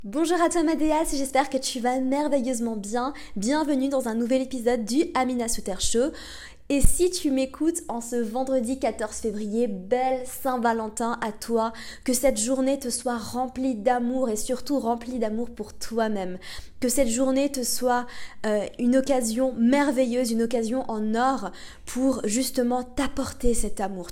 Bonjour à toi Madéas, j'espère que tu vas merveilleusement bien. Bienvenue dans un nouvel épisode du Amina Souter Show. Et si tu m'écoutes en ce vendredi 14 février, belle Saint-Valentin à toi, que cette journée te soit remplie d'amour et surtout remplie d'amour pour toi-même. Que cette journée te soit une occasion merveilleuse, une occasion en or pour justement t'apporter cet amour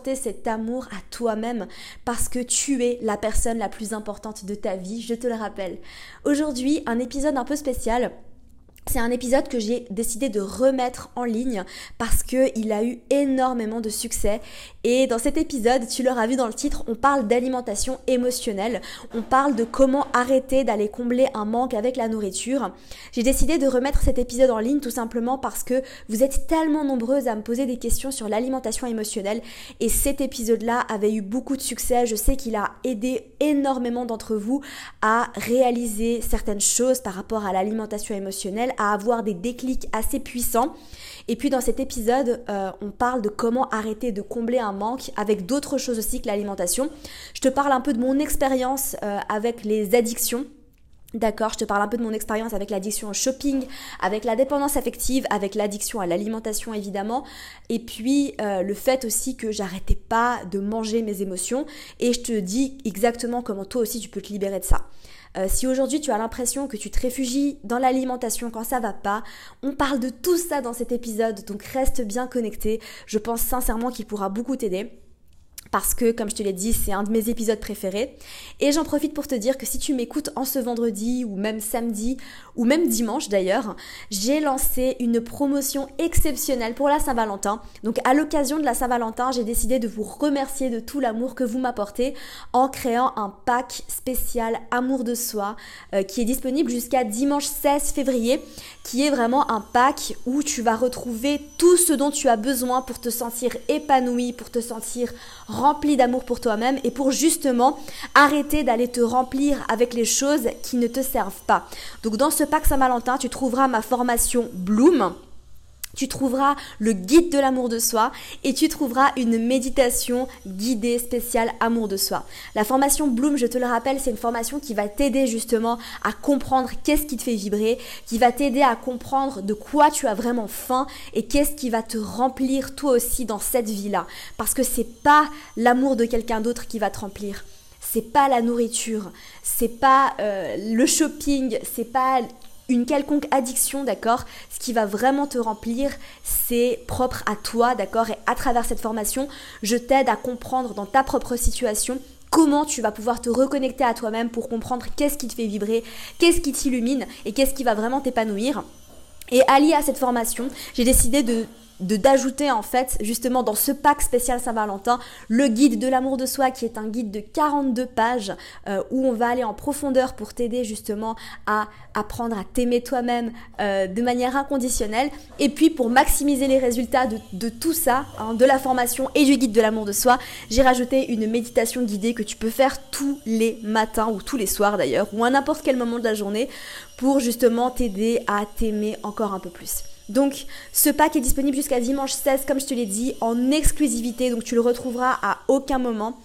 à toi-même parce que tu es la personne la plus importante de ta vie, je te le rappelle. Aujourd'hui, un épisode un peu spécial. C'est un épisode que j'ai décidé de remettre en ligne parce qu'il a eu énormément de succès et dans cet épisode, tu l'auras vu dans le titre, on parle d'alimentation émotionnelle, on parle de comment arrêter d'aller combler un manque avec la nourriture. J'ai décidé de remettre cet épisode en ligne tout simplement parce que vous êtes tellement nombreuses à me poser des questions sur l'alimentation émotionnelle et cet épisode-là avait eu beaucoup de succès. Je sais qu'il a aidé énormément d'entre vous à réaliser certaines choses par rapport à l'alimentation émotionnelle, à avoir des déclics assez puissants. Et puis dans cet épisode, on parle de comment arrêter de combler un manque avec d'autres choses aussi que l'alimentation. Je te parle un peu de mon expérience avec les addictions. D'accord, je te parle un peu de mon expérience avec l'addiction au shopping, avec la dépendance affective, avec l'addiction à l'alimentation évidemment, et puis le fait aussi que j'arrêtais pas de manger mes émotions, et je te dis exactement comment toi aussi tu peux te libérer de ça. Si aujourd'hui tu as l'impression que tu te réfugies dans l'alimentation quand ça va pas, on parle de tout ça dans cet épisode, donc reste bien connecté, je pense sincèrement qu'il pourra beaucoup t'aider. Parce que, comme je te l'ai dit, c'est un de mes épisodes préférés. Et j'en profite pour te dire que si tu m'écoutes en ce vendredi ou même samedi ou même dimanche d'ailleurs, j'ai lancé une promotion exceptionnelle pour la Saint-Valentin. Donc à l'occasion de la Saint-Valentin, j'ai décidé de vous remercier de tout l'amour que vous m'apportez en créant un pack spécial Amour de soi qui est disponible jusqu'à dimanche 16 février, qui est vraiment un pack où tu vas retrouver tout ce dont tu as besoin pour te sentir épanoui, pour te sentir rempli d'amour pour toi-même et pour justement arrêter d'aller te remplir avec les choses qui ne te servent pas. Donc dans ce pack Saint-Valentin, tu trouveras ma formation Bloom. Tu trouveras le guide de l'amour de soi et tu trouveras une méditation guidée spéciale amour de soi. La formation Bloom, je te le rappelle, c'est une formation qui va t'aider justement à comprendre qu'est-ce qui te fait vibrer, qui va t'aider à comprendre de quoi tu as vraiment faim et qu'est-ce qui va te remplir toi aussi dans cette vie-là. Parce que c'est pas l'amour de quelqu'un d'autre qui va te remplir. C'est pas la nourriture, c'est pas le shopping, c'est pas une quelconque addiction, d'accord? Ce qui va vraiment te remplir, c'est propre à toi, d'accord? Et à travers cette formation, je t'aide à comprendre dans ta propre situation comment tu vas pouvoir te reconnecter à toi-même pour comprendre qu'est-ce qui te fait vibrer, qu'est-ce qui t'illumine et qu'est-ce qui va vraiment t'épanouir. Et allié à cette formation, j'ai décidé d'ajouter en fait justement dans ce pack spécial Saint-Valentin le guide de l'amour de soi qui est un guide de 42 pages où on va aller en profondeur pour t'aider justement à apprendre à t'aimer toi-même de manière inconditionnelle et puis pour maximiser les résultats de tout ça, de la formation et du guide de l'amour de soi, j'ai rajouté une méditation guidée que tu peux faire tous les matins ou tous les soirs d'ailleurs ou à n'importe quel moment de la journée pour justement t'aider à t'aimer encore un peu plus. Donc ce pack est disponible jusqu'à dimanche 16 comme je te l'ai dit en exclusivité, donc tu le retrouveras à aucun moment,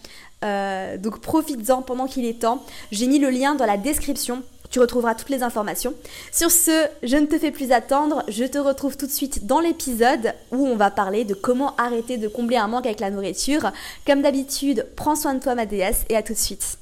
donc profites-en pendant qu'il est temps. J'ai mis le lien dans la description, tu retrouveras toutes les informations. Sur ce, je ne te fais plus attendre, je te retrouve tout de suite dans l'épisode où on va parler de comment arrêter de combler un manque avec la nourriture. Comme d'habitude, prends soin de toi ma déesse et à tout de suite.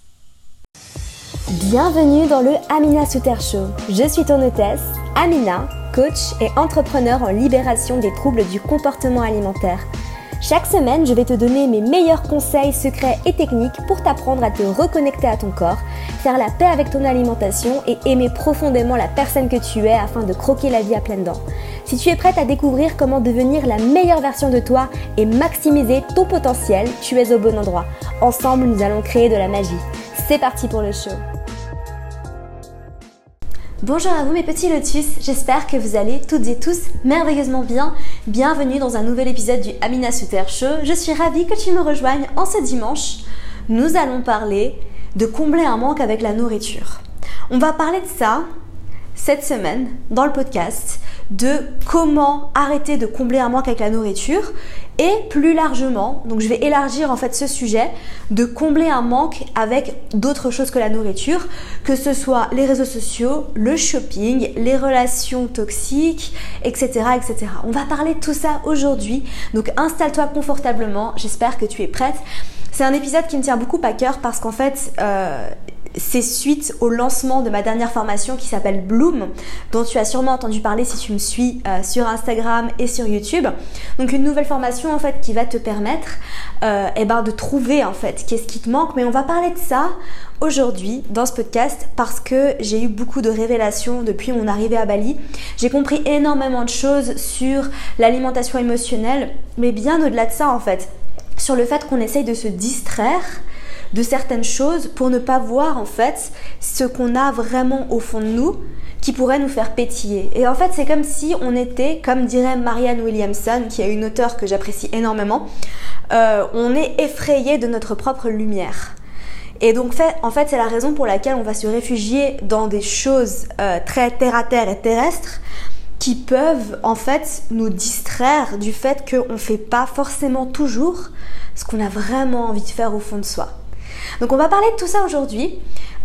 Bienvenue dans le Amina Souter Show. Je suis ton hôtesse, Amina, coach et entrepreneur en libération des troubles du comportement alimentaire. Chaque semaine, je vais te donner mes meilleurs conseils, secrets et techniques pour t'apprendre à te reconnecter à ton corps, faire la paix avec ton alimentation et aimer profondément la personne que tu es afin de croquer la vie à pleines dents. Si tu es prête à découvrir comment devenir la meilleure version de toi et maximiser ton potentiel, tu es au bon endroit. Ensemble, nous allons créer de la magie. C'est parti pour le show. Bonjour à vous mes petits lotus, j'espère que vous allez toutes et tous merveilleusement bien. Bienvenue dans un nouvel épisode du Amina Souter Show. Je suis ravie que tu me rejoignes en ce dimanche. Nous allons parler de combler un manque avec la nourriture. On va parler de ça cette semaine dans le podcast de comment arrêter de combler un manque avec la nourriture et plus largement, donc je vais élargir en fait ce sujet de combler un manque avec d'autres choses que la nourriture, que ce soit les réseaux sociaux, le shopping, les relations toxiques, etc. etc. On va parler de tout ça aujourd'hui, donc installe-toi confortablement, j'espère que tu es prête. C'est un épisode qui me tient beaucoup à cœur parce qu'en fait, c'est suite au lancement de ma dernière formation qui s'appelle Bloom, dont tu as sûrement entendu parler si tu me suis sur Instagram et sur YouTube. Donc une nouvelle formation en fait qui va te permettre de trouver en fait qu'est-ce qui te manque. Mais on va parler de ça aujourd'hui dans ce podcast parce que j'ai eu beaucoup de révélations depuis mon arrivée à Bali. J'ai compris énormément de choses sur l'alimentation émotionnelle, mais bien au-delà de ça en fait, sur le fait qu'on essaye de se distraire de certaines choses pour ne pas voir en fait ce qu'on a vraiment au fond de nous qui pourrait nous faire pétiller. Et en fait c'est comme si on était, comme dirait Marianne Williamson, qui est une auteure que j'apprécie énormément, on est effrayé de notre propre lumière. Et donc en fait c'est la raison pour laquelle on va se réfugier dans des choses très terre à terre et terrestres qui peuvent en fait nous distraire du fait qu'on ne fait pas forcément toujours ce qu'on a vraiment envie de faire au fond de soi. Donc on va parler de tout ça aujourd'hui.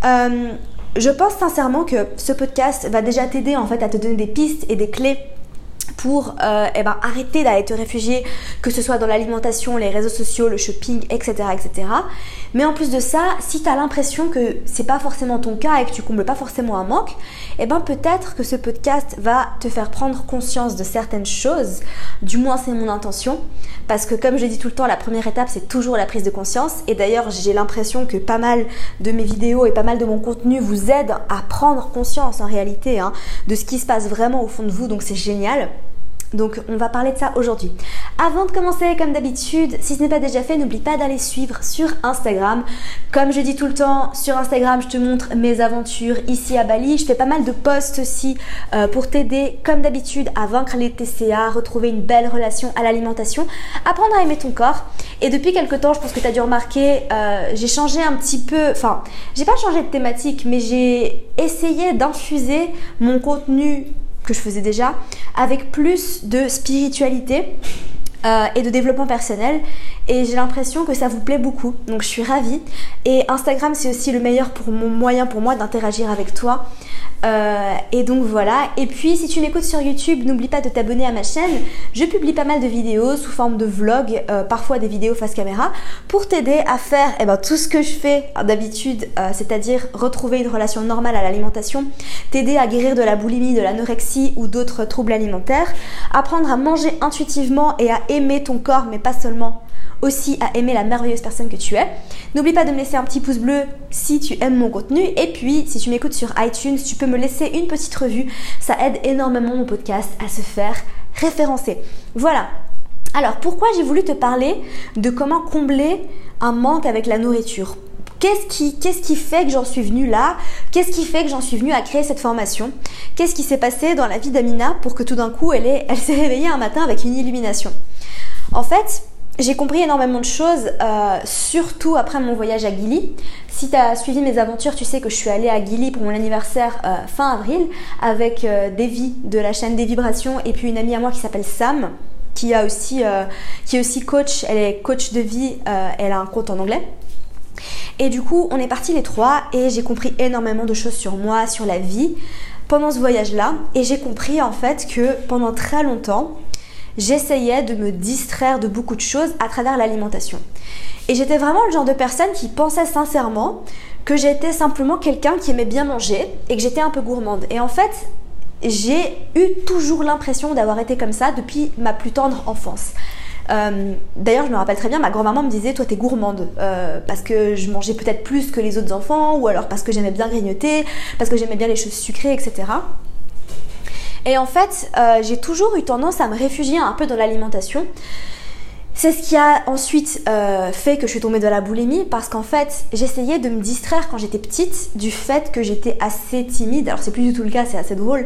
Je pense sincèrement que ce podcast va déjà t'aider en fait à te donner des pistes et des clés pour arrêter d'aller te réfugier, que ce soit dans l'alimentation, les réseaux sociaux, le shopping, etc. etc. Mais en plus de ça, si tu as l'impression que c'est pas forcément ton cas et que tu combles pas forcément un manque, peut-être que ce podcast va te faire prendre conscience de certaines choses. Du moins c'est mon intention, parce que comme je dis tout le temps, la première étape c'est toujours la prise de conscience. Et d'ailleurs j'ai l'impression que pas mal de mes vidéos et pas mal de mon contenu vous aident à prendre conscience en réalité de ce qui se passe vraiment au fond de vous, donc c'est génial. Donc on va parler de ça aujourd'hui. Avant de commencer, comme d'habitude, si ce n'est pas déjà fait, n'oublie pas d'aller suivre sur Instagram. Comme je dis tout le temps, sur Instagram, je te montre mes aventures ici à Bali. Je fais pas mal de posts aussi pour t'aider, comme d'habitude, à vaincre les TCA, retrouver une belle relation à l'alimentation, apprendre à aimer ton corps. Et depuis quelques temps, je pense que tu as dû remarquer, j'ai changé un petit peu, enfin, j'ai pas changé de thématique, mais j'ai essayé d'infuser mon contenu que je faisais déjà, avec plus de spiritualité et de développement personnel. Et j'ai l'impression que ça vous plaît beaucoup. Donc je suis ravie. Et Instagram, c'est aussi le meilleur moyen pour moi d'interagir avec toi. Et donc voilà. Et puis si tu m'écoutes sur YouTube, n'oublie pas de t'abonner à ma chaîne. Je publie pas mal de vidéos sous forme de vlog, parfois des vidéos face caméra, pour t'aider à faire tout ce que je fais d'habitude, c'est-à-dire retrouver une relation normale à l'alimentation, t'aider à guérir de la boulimie, de l'anorexie ou d'autres troubles alimentaires, apprendre à manger intuitivement et à aimer ton corps, mais pas seulement, aussi à aimer la merveilleuse personne que tu es. N'oublie pas de me laisser un petit pouce bleu si tu aimes mon contenu. Et puis, si tu m'écoutes sur iTunes, tu peux me laisser une petite revue. Ça aide énormément mon podcast à se faire référencer. Voilà. Alors, pourquoi j'ai voulu te parler de comment combler un manque avec la nourriture ? Qu'est-ce qui fait que j'en suis venue là ? Qu'est-ce qui fait que j'en suis venue à créer cette formation ? Qu'est-ce qui s'est passé dans la vie d'Amina pour que tout d'un coup, elle s'est réveillée un matin avec une illumination ? En fait, j'ai compris énormément de choses, surtout après mon voyage à Gili. Si tu as suivi mes aventures, tu sais que je suis allée à Gili pour mon anniversaire fin avril avec Devi de la chaîne des vibrations et puis une amie à moi qui s'appelle Sam, qui est aussi coach. Elle est coach de vie, elle a un compte en anglais. Et du coup, on est partis les trois et j'ai compris énormément de choses sur moi, sur la vie pendant ce voyage-là. Et j'ai compris en fait que pendant très longtemps, j'essayais de me distraire de beaucoup de choses à travers l'alimentation. Et j'étais vraiment le genre de personne qui pensait sincèrement que j'étais simplement quelqu'un qui aimait bien manger et que j'étais un peu gourmande. Et en fait, j'ai eu toujours l'impression d'avoir été comme ça depuis ma plus tendre enfance. D'ailleurs, je me rappelle très bien, ma grand-maman me disait « Toi, t'es gourmande parce que je mangeais peut-être plus que les autres enfants ou alors parce que j'aimais bien grignoter, parce que j'aimais bien les choses sucrées, etc. » Et en fait, j'ai toujours eu tendance à me réfugier un peu dans l'alimentation. C'est ce qui a ensuite fait que je suis tombée dans la boulimie parce qu'en fait, j'essayais de me distraire quand j'étais petite du fait que j'étais assez timide. Alors, c'est plus du tout le cas, c'est assez drôle.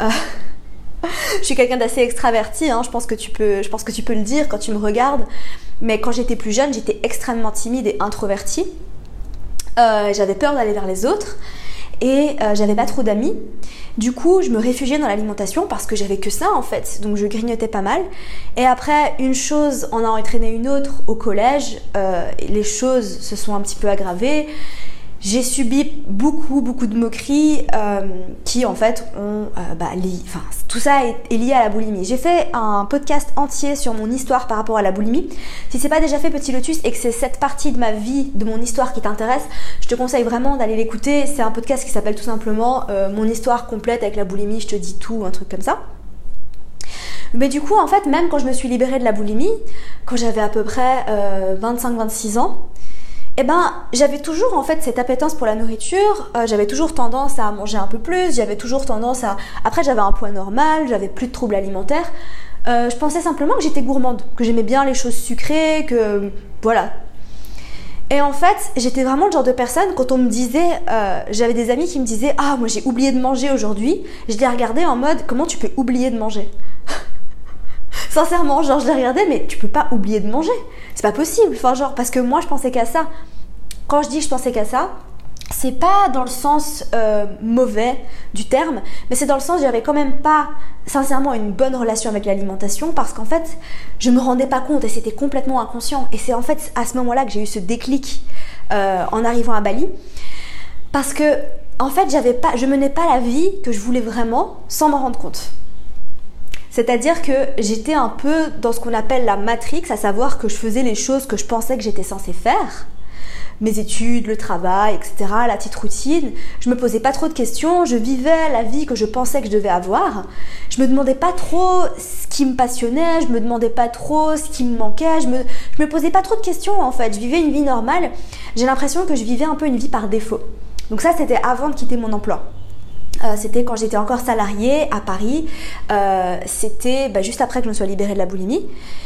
Je suis quelqu'un d'assez extraverti, je pense que tu peux le dire quand tu me regardes. Mais quand j'étais plus jeune, j'étais extrêmement timide et introvertie. J'avais peur d'aller vers les autres. et j'avais pas trop d'amis. Du coup, je me réfugiais dans l'alimentation parce que j'avais que ça en fait, donc je grignotais pas mal. Et après, une chose en a entraîné une autre au collège, les choses se sont un petit peu aggravées. J'ai subi beaucoup de moqueries qui en fait ont... tout ça est lié à la boulimie. J'ai fait un podcast entier sur mon histoire par rapport à la boulimie. Si c'est pas déjà fait, petit lotus, et que c'est cette partie de ma vie, de mon histoire qui t'intéresse, je te conseille vraiment d'aller l'écouter. C'est un podcast qui s'appelle tout simplement Mon histoire complète avec la boulimie, je te dis tout, un truc comme ça. Mais du coup, en fait, même quand je me suis libérée de la boulimie, quand j'avais à peu près 25-26 ans, eh ben, j'avais toujours en fait cette appétence pour la nourriture, j'avais toujours tendance à manger un peu plus, j'avais toujours tendance à... Après, j'avais un poids normal, j'avais plus de troubles alimentaires. Je pensais simplement que j'étais gourmande, que j'aimais bien les choses sucrées, que... Voilà. Et en fait, j'étais vraiment le genre de personne, quand on me disait... j'avais des amis qui me disaient « Ah, moi j'ai oublié de manger aujourd'hui », je les regardais en mode « Comment tu peux oublier de manger ?» Sincèrement, genre je les regardais, mais tu peux pas oublier de manger. C'est pas possible. Enfin, genre, parce que moi je pensais qu'à ça. Quand je dis je pensais qu'à ça, c'est pas dans le sens mauvais du terme, mais c'est dans le sens j'avais quand même pas sincèrement une bonne relation avec l'alimentation parce qu'en fait je me rendais pas compte et c'était complètement inconscient. Et c'est en fait à ce moment-là que j'ai eu ce déclic en arrivant à Bali, parce que en fait je menais pas la vie que je voulais vraiment sans m'en rendre compte. C'est-à-dire que j'étais un peu dans ce qu'on appelle la matrix, à savoir que je faisais les choses que je pensais que j'étais censée faire, mes études, le travail, etc., la petite routine. Je me posais pas trop de questions, je vivais la vie que je pensais que je devais avoir. Je me demandais pas trop ce qui me passionnait, je me demandais pas trop ce qui me manquait, je me posais pas trop de questions en fait. Je vivais une vie normale. J'ai l'impression que je vivais un peu une vie par défaut. Donc ça, c'était avant de quitter mon emploi. C'était quand j'étais encore salariée à Paris, c'était juste après que je me sois libérée de la boulimie.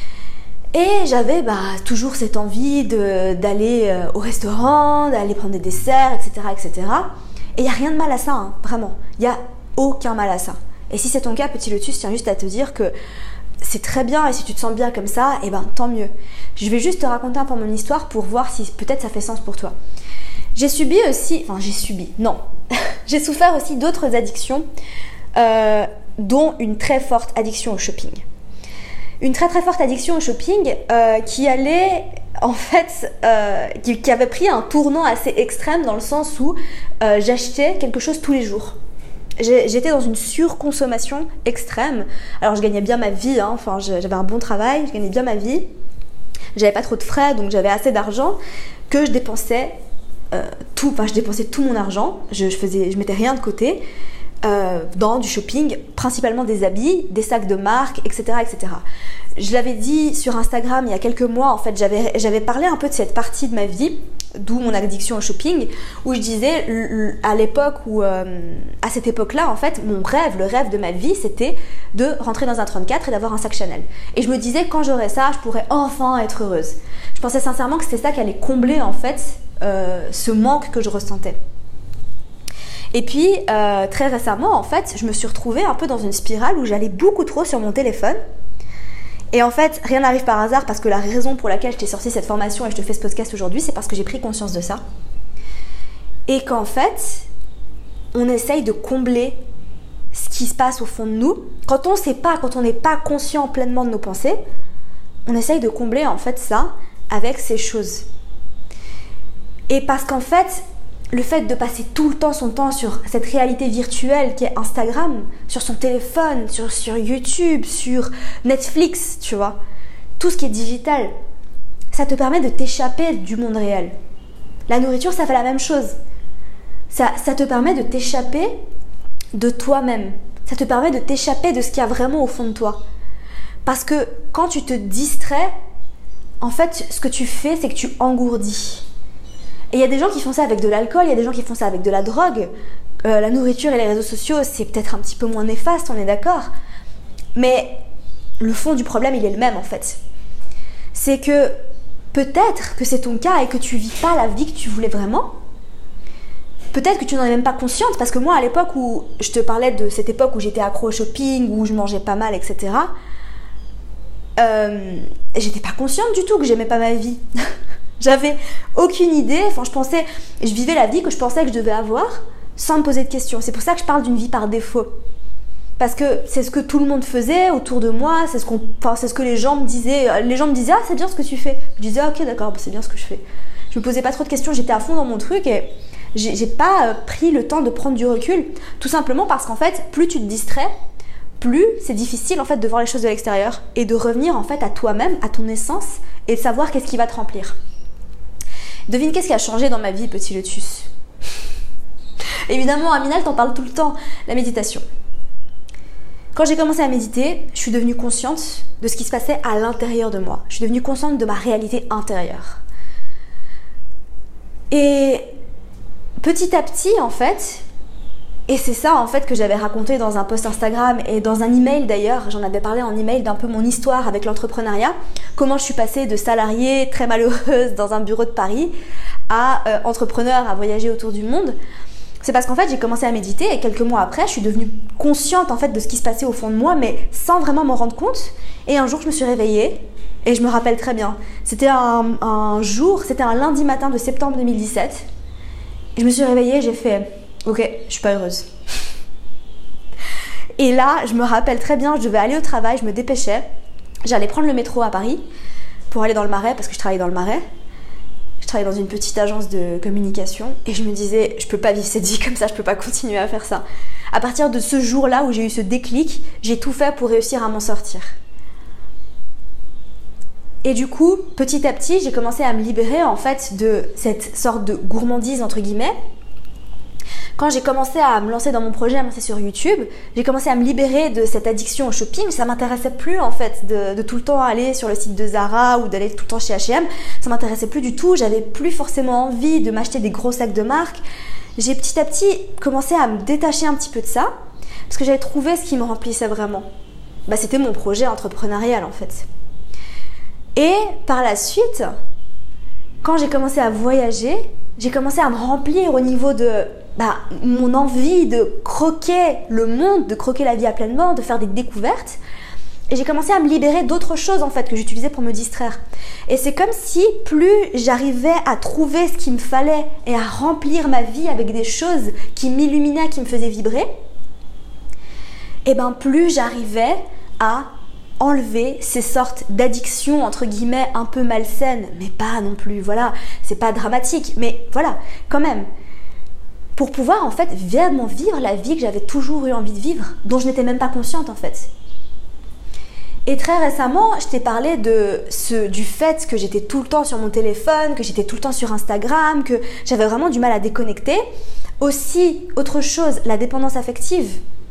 Et j'avais toujours cette envie d'aller au restaurant, d'aller prendre des desserts, etc. etc. Et il n'y a rien de mal à ça, hein, vraiment. Il n'y a aucun mal à ça. Et si c'est ton cas, petit lotus, je tiens juste à te dire que c'est très bien, et si tu te sens bien comme ça, tant mieux. Je vais juste te raconter un peu mon histoire pour voir si peut-être ça fait sens pour toi. J'ai souffert aussi d'autres addictions, dont une très forte addiction au shopping. Une très forte addiction au shopping qui allait, en fait, qui avait pris un tournant assez extrême dans le sens où j'achetais quelque chose tous les jours. J'étais dans une surconsommation extrême. Alors je gagnais bien ma vie, hein, j'avais un bon travail, je gagnais bien ma vie. J'avais pas trop de frais, donc j'avais assez d'argent que je dépensais je dépensais tout mon argent, je mettais rien de côté dans du shopping, principalement des habits, des sacs de marque, etc., etc. Je l'avais dit sur Instagram il y a quelques mois, en fait, j'avais parlé un peu de cette partie de ma vie, d'où mon addiction au shopping, où je disais à l'époque à cette époque-là, en fait, le rêve de ma vie, c'était de rentrer dans un 34 et d'avoir un sac Chanel. Et je me disais, quand j'aurais ça, je pourrais enfin être heureuse. Je pensais sincèrement que c'était ça qui allait combler, en fait, ce manque que je ressentais. Et puis, très récemment, en fait, je me suis retrouvée un peu dans une spirale où j'allais beaucoup trop sur mon téléphone. Et en fait, rien n'arrive par hasard, parce que la raison pour laquelle je t'ai sorti cette formation et je te fais ce podcast aujourd'hui, c'est parce que j'ai pris conscience de ça. Et qu'en fait, on essaye de combler ce qui se passe au fond de nous. Quand on n'est pas conscient pleinement de nos pensées, on essaye de combler en fait ça avec ces choses. Et parce qu'en fait, le fait de passer tout le temps son temps sur cette réalité virtuelle qui est Instagram, sur son téléphone, sur YouTube, sur Netflix, tu vois, tout ce qui est digital, ça te permet de t'échapper du monde réel. La nourriture, ça fait la même chose. Ça te permet de t'échapper de toi-même. Ça te permet de t'échapper de ce qu'il y a vraiment au fond de toi. Parce que quand tu te distrais, en fait, ce que tu fais, c'est que tu engourdis. Et il y a des gens qui font ça avec de l'alcool, il y a des gens qui font ça avec de la drogue. La nourriture et les réseaux sociaux, c'est peut-être un petit peu moins néfaste, on est d'accord. Mais le fond du problème, il est le même en fait. C'est que peut-être que c'est ton cas et que tu vis pas la vie que tu voulais vraiment. Peut-être que tu n'en es même pas consciente, parce que moi, à l'époque où je te parlais de cette époque où j'étais accro au shopping, où je mangeais pas mal, etc., j'étais pas consciente du tout que j'aimais pas ma vie. J'avais aucune idée, je vivais la vie que je pensais que je devais avoir, sans me poser de questions. C'est pour ça que je parle d'une vie par défaut. Parce que c'est ce que tout le monde faisait autour de moi, c'est ce que les gens me disaient. Les gens me disaient « Ah, c'est bien ce que tu fais ». Je disais « Ok, d'accord, c'est bien ce que je fais ». Je me posais pas trop de questions, j'étais à fond dans mon truc et j'ai pas pris le temps de prendre du recul. Tout simplement parce qu'en fait, plus tu te distrais, plus c'est difficile en fait de voir les choses de l'extérieur et de revenir en fait à toi-même, à ton essence et de savoir qu'est-ce qui va te remplir. Devine qu'est-ce qui a changé dans ma vie, petit lotus. Évidemment, Amina, elle t'en parle tout le temps, la méditation. Quand j'ai commencé à méditer, je suis devenue consciente de ce qui se passait à l'intérieur de moi. Je suis devenue consciente de ma réalité intérieure. Et petit à petit, en fait, et c'est ça en fait que j'avais raconté dans un post Instagram et dans un email d'ailleurs, j'en avais parlé en email d'un peu mon histoire avec l'entrepreneuriat, comment je suis passée de salariée très malheureuse dans un bureau de Paris à entrepreneur à voyager autour du monde. C'est parce qu'en fait j'ai commencé à méditer et quelques mois après je suis devenue consciente en fait de ce qui se passait au fond de moi mais sans vraiment m'en rendre compte. Et un jour je me suis réveillée et je me rappelle très bien. C'était un lundi matin de septembre 2017. Et je me suis réveillée et j'ai fait ok, je suis pas heureuse. Et là je me rappelle très bien, je devais aller au travail, je me dépêchais. J'allais prendre le métro à Paris pour aller dans le Marais parce que je travaillais dans le Marais. Je travaillais dans une petite agence de communication et je me disais, je peux pas vivre cette vie comme ça, je peux pas continuer à faire ça. À partir de ce jour-là où j'ai eu ce déclic, j'ai tout fait pour réussir à m'en sortir. Et du coup, petit à petit, j'ai commencé à me libérer en fait de cette sorte de gourmandise entre guillemets. Quand j'ai commencé à me lancer dans mon projet, à me lancer sur YouTube, j'ai commencé à me libérer de cette addiction au shopping. Ça m'intéressait plus en fait de tout le temps aller sur le site de Zara ou d'aller tout le temps chez H&M. Ça m'intéressait plus du tout. J'avais plus forcément envie de m'acheter des gros sacs de marque. J'ai petit à petit commencé à me détacher un petit peu de ça parce que j'avais trouvé ce qui me remplissait vraiment. C'était mon projet entrepreneurial en fait. Et par la suite, quand j'ai commencé à voyager, j'ai commencé à me remplir au niveau de mon envie de croquer le monde, de croquer la vie à pleinement, de faire des découvertes. Et j'ai commencé à me libérer d'autres choses en fait que j'utilisais pour me distraire. Et c'est comme si plus j'arrivais à trouver ce qu'il me fallait et à remplir ma vie avec des choses qui m'illuminaient, qui me faisaient vibrer, et plus j'arrivais à enlever ces sortes d'addictions entre guillemets un peu malsaines, mais pas non plus, voilà, c'est pas dramatique, mais voilà, quand même. Pour pouvoir en fait vraiment vivre la vie que j'avais toujours eu envie de vivre, dont je n'étais même pas consciente en fait. Et très récemment, je t'ai parlé du fait que j'étais tout le temps sur mon téléphone, que j'étais tout le temps sur Instagram, que j'avais vraiment du mal à déconnecter. Aussi, autre chose, la dépendance affective.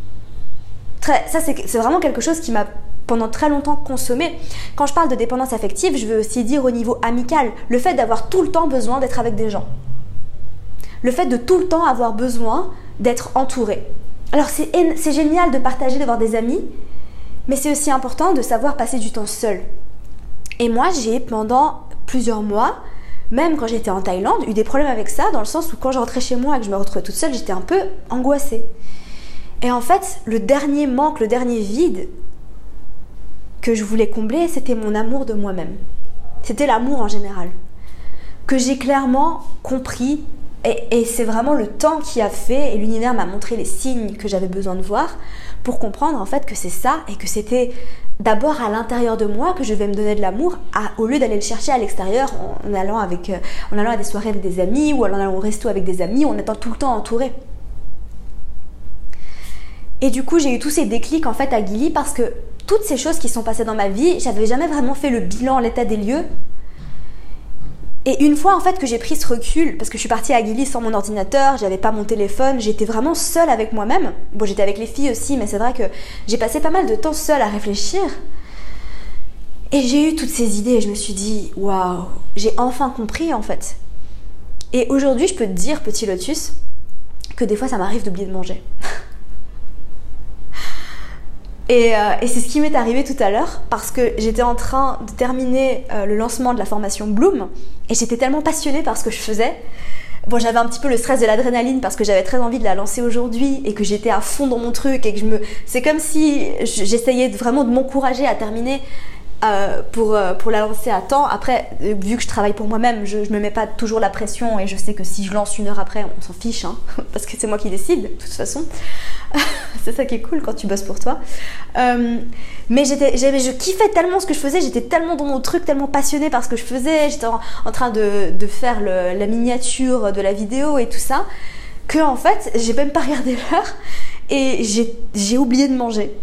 Ça, c'est vraiment quelque chose qui m'a pendant très longtemps consommé. Quand je parle de dépendance affective, je veux aussi dire au niveau amical, le fait d'avoir tout le temps besoin d'être avec des gens. Le fait de tout le temps avoir besoin d'être entouré. Alors c'est génial de partager, d'avoir des amis, mais c'est aussi important de savoir passer du temps seul. Et moi, j'ai pendant plusieurs mois, même quand j'étais en Thaïlande, eu des problèmes avec ça, dans le sens où quand je rentrais chez moi et que je me retrouvais toute seule, j'étais un peu angoissée. Et en fait, le dernier manque, le dernier vide que je voulais combler, c'était mon amour de moi-même. C'était l'amour en général, que j'ai clairement compris. Et c'est vraiment le temps qui a fait, et l'univers m'a montré les signes que j'avais besoin de voir pour comprendre en fait que c'est ça et que c'était d'abord à l'intérieur de moi que je vais me donner de l'amour au lieu d'aller le chercher à l'extérieur en allant à des soirées avec des amis ou en allant au resto avec des amis, en étant tout le temps entouré. Et du coup, j'ai eu tous ces déclics en fait à Gili parce que toutes ces choses qui sont passées dans ma vie, j'avais jamais vraiment fait le bilan, l'état des lieux. Et une fois en fait que j'ai pris ce recul, parce que je suis partie à Gili sans mon ordinateur, j'avais pas mon téléphone, j'étais vraiment seule avec moi-même. Bon, j'étais avec les filles aussi, mais c'est vrai que j'ai passé pas mal de temps seule à réfléchir. Et j'ai eu toutes ces idées et je me suis dit, waouh, j'ai enfin compris en fait. Et aujourd'hui, je peux te dire, petit lotus, que des fois ça m'arrive d'oublier de manger. Et c'est ce qui m'est arrivé tout à l'heure parce que j'étais en train de terminer le lancement de la formation Bloom et j'étais tellement passionnée par ce que je faisais. Bon, j'avais un petit peu le stress de l'adrénaline parce que j'avais très envie de la lancer aujourd'hui et que j'étais à fond dans mon truc et que c'est comme si j'essayais vraiment de m'encourager à terminer. pour la lancer à temps. Après, vu que je travaille pour moi-même, je me mets pas toujours la pression et je sais que si je lance 1 heure après, on s'en fiche, hein, parce que c'est moi qui décide, de toute façon. C'est ça qui est cool quand tu bosses pour toi. Mais je kiffais tellement ce que je faisais, j'étais tellement dans mon truc, tellement passionnée par ce que je faisais, j'étais en train de faire la miniature de la vidéo et tout ça, que en fait, j'ai même pas regardé l'heure et j'ai oublié de manger.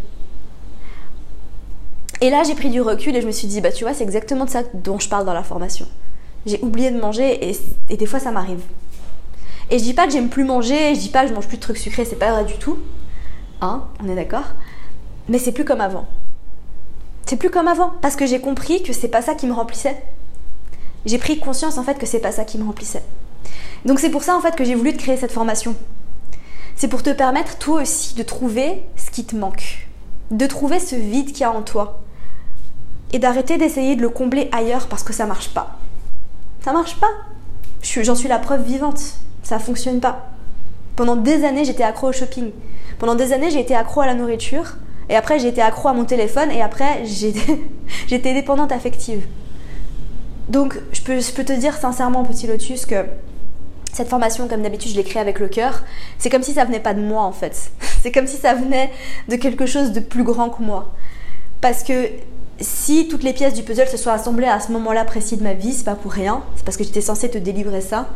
Et là, j'ai pris du recul et je me suis dit, bah tu vois, c'est exactement de ça dont je parle dans la formation. J'ai oublié de manger et des fois, ça m'arrive. Et je dis pas que j'aime plus manger, je dis pas que je mange plus de trucs sucrés, c'est pas vrai du tout. Hein, on est d'accord? Mais c'est plus comme avant. C'est plus comme avant, parce que j'ai compris que c'est pas ça qui me remplissait. J'ai pris conscience en fait que c'est pas ça qui me remplissait. Donc c'est pour ça en fait que j'ai voulu te créer cette formation. C'est pour te permettre toi aussi de trouver ce qui te manque. De trouver ce vide qu'il y a en toi. Et d'arrêter d'essayer de le combler ailleurs parce que ça marche pas. Ça marche pas. J'en suis la preuve vivante. Ça fonctionne pas. Pendant des années, j'étais accro au shopping. Pendant des années, j'ai été accro à la nourriture. Et après, j'ai été accro à mon téléphone. Et après, j'étais dépendante affective. Donc, je peux te dire sincèrement, petit lotus, que cette formation, comme d'habitude, je l'ai créée avec le cœur. C'est comme si ça venait pas de moi, en fait. C'est comme si ça venait de quelque chose de plus grand que moi. Parce que si toutes les pièces du puzzle se sont assemblées à ce moment-là précis de ma vie, c'est pas pour rien. C'est parce que j'étais censée te délivrer ça.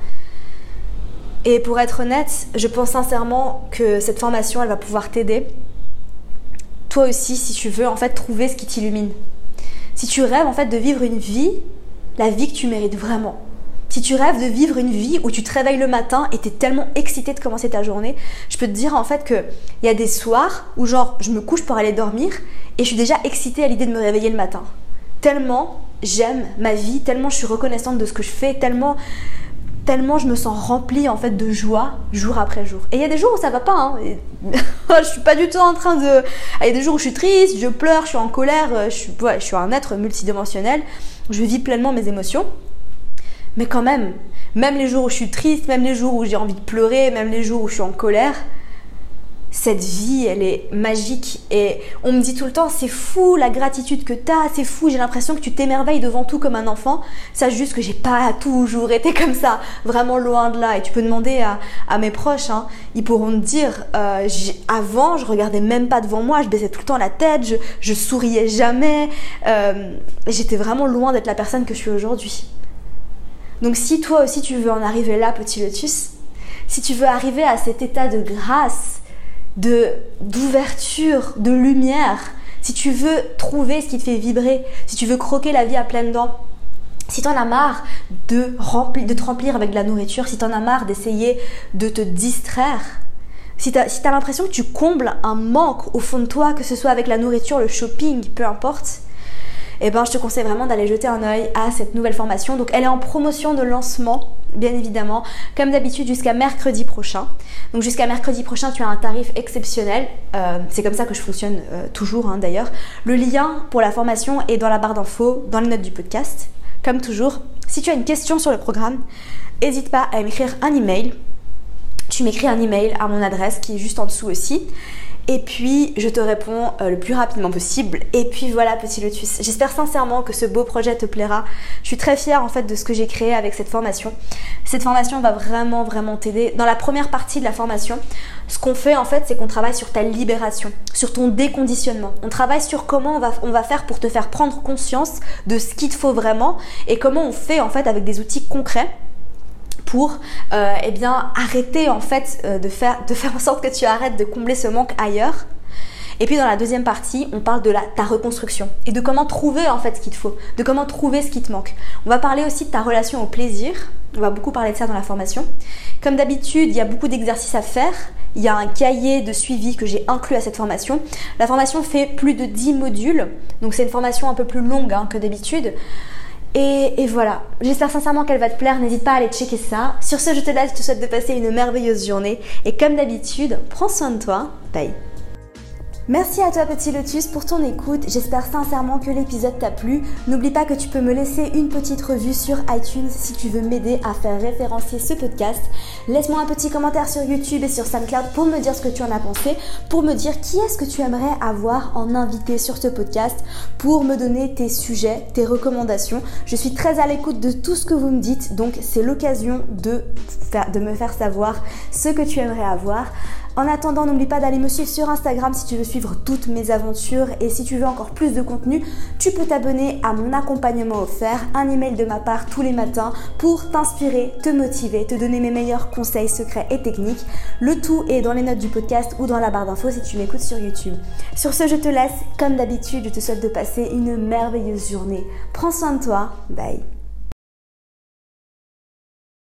Et pour être honnête, je pense sincèrement que cette formation, elle va pouvoir t'aider. Toi aussi, si tu veux, en fait, trouver ce qui t'illumine. Si tu rêves, en fait, de vivre une vie, la vie que tu mérites vraiment. Si tu rêves de vivre une vie où tu te réveilles le matin et t'es tellement excitée de commencer ta journée, je peux te dire en fait qu'il y a des soirs où genre je me couche pour aller dormir et je suis déjà excitée à l'idée de me réveiller le matin. Tellement j'aime ma vie, tellement je suis reconnaissante de ce que je fais, tellement je me sens remplie en fait de joie jour après jour. Et il y a des jours où ça va pas, hein. Je suis pas du tout en train de... Il y a des jours où je suis triste, je pleure, je suis en colère, je suis un être multidimensionnel, je vis pleinement mes émotions. Mais quand même les jours où je suis triste, même les jours où j'ai envie de pleurer, même les jours où je suis en colère, cette vie, elle est magique. Et on me dit tout le temps, c'est fou la gratitude que t'as, c'est fou, j'ai l'impression que tu t'émerveilles devant tout comme un enfant. Sache juste que j'ai pas toujours été comme ça, vraiment loin de là. Et tu peux demander à mes proches, hein, ils pourront te dire, avant, je regardais même pas devant moi, je baissais tout le temps la tête, je souriais jamais. J'étais vraiment loin d'être la personne que je suis aujourd'hui. Donc si toi aussi tu veux en arriver là, petit lotus, si tu veux arriver à cet état de grâce, d'ouverture, de lumière, si tu veux trouver ce qui te fait vibrer, si tu veux croquer la vie à pleines dents, si t'en as marre de te remplir avec de la nourriture, si t'en as marre d'essayer de te distraire, si t'as l'impression que tu combles un manque au fond de toi, que ce soit avec la nourriture, le shopping, peu importe, eh ben, je te conseille vraiment d'aller jeter un œil à cette nouvelle formation. Donc elle est en promotion de lancement, bien évidemment, comme d'habitude jusqu'à mercredi prochain. Donc jusqu'à mercredi prochain, tu as un tarif exceptionnel. C'est comme ça que je fonctionne toujours, hein, d'ailleurs. Le lien pour la formation est dans la barre d'infos, dans les notes du podcast. Comme toujours, si tu as une question sur le programme, n'hésite pas à m'écrire un email. Tu m'écris un email à mon adresse qui est juste en dessous aussi. Et puis, je te réponds le plus rapidement possible. Et puis voilà, petit lotus. J'espère sincèrement que ce beau projet te plaira. Je suis très fière en fait de ce que j'ai créé avec cette formation. Cette formation va vraiment, vraiment t'aider. Dans la première partie de la formation, ce qu'on fait en fait, c'est qu'on travaille sur ta libération, sur ton déconditionnement. On travaille sur comment on va faire pour te faire prendre conscience de ce qu'il te faut vraiment et comment on fait en fait avec des outils concrets pour arrêter en fait de faire en sorte que tu arrêtes de combler ce manque ailleurs. Et puis dans la deuxième partie, on parle de ta reconstruction et de comment trouver en fait ce qu'il te faut, de comment trouver ce qui te manque. On va parler aussi de ta relation au plaisir. On va beaucoup parler de ça dans la formation. Comme d'habitude, il y a beaucoup d'exercices à faire. Il y a un cahier de suivi que j'ai inclus à cette formation. La formation fait plus de 10 modules, donc c'est une formation un peu plus longue que d'habitude. Et voilà, j'espère sincèrement qu'elle va te plaire, n'hésite pas à aller checker ça. Sur ce, je te laisse, je te souhaite de passer une merveilleuse journée. Et comme d'habitude, prends soin de toi, bye. Merci à toi petit lotus pour ton écoute, j'espère sincèrement que l'épisode t'a plu. N'oublie pas que tu peux me laisser une petite revue sur iTunes si tu veux m'aider à faire référencer ce podcast. Laisse-moi un petit commentaire sur YouTube et sur SoundCloud pour me dire ce que tu en as pensé, pour me dire qui est-ce que tu aimerais avoir en invité sur ce podcast, pour me donner tes sujets, tes recommandations. Je suis très à l'écoute de tout ce que vous me dites, donc c'est l'occasion de me faire savoir ce que tu aimerais avoir. En attendant, n'oublie pas d'aller me suivre sur Instagram si tu veux suivre toutes mes aventures et si tu veux encore plus de contenu, tu peux t'abonner à mon accompagnement offert, un email de ma part tous les matins pour t'inspirer, te motiver, te donner mes meilleurs conseils, secrets et techniques. Le tout est dans les notes du podcast ou dans la barre d'infos si tu m'écoutes sur YouTube. Sur ce, je te laisse. Comme d'habitude, je te souhaite de passer une merveilleuse journée. Prends soin de toi. Bye.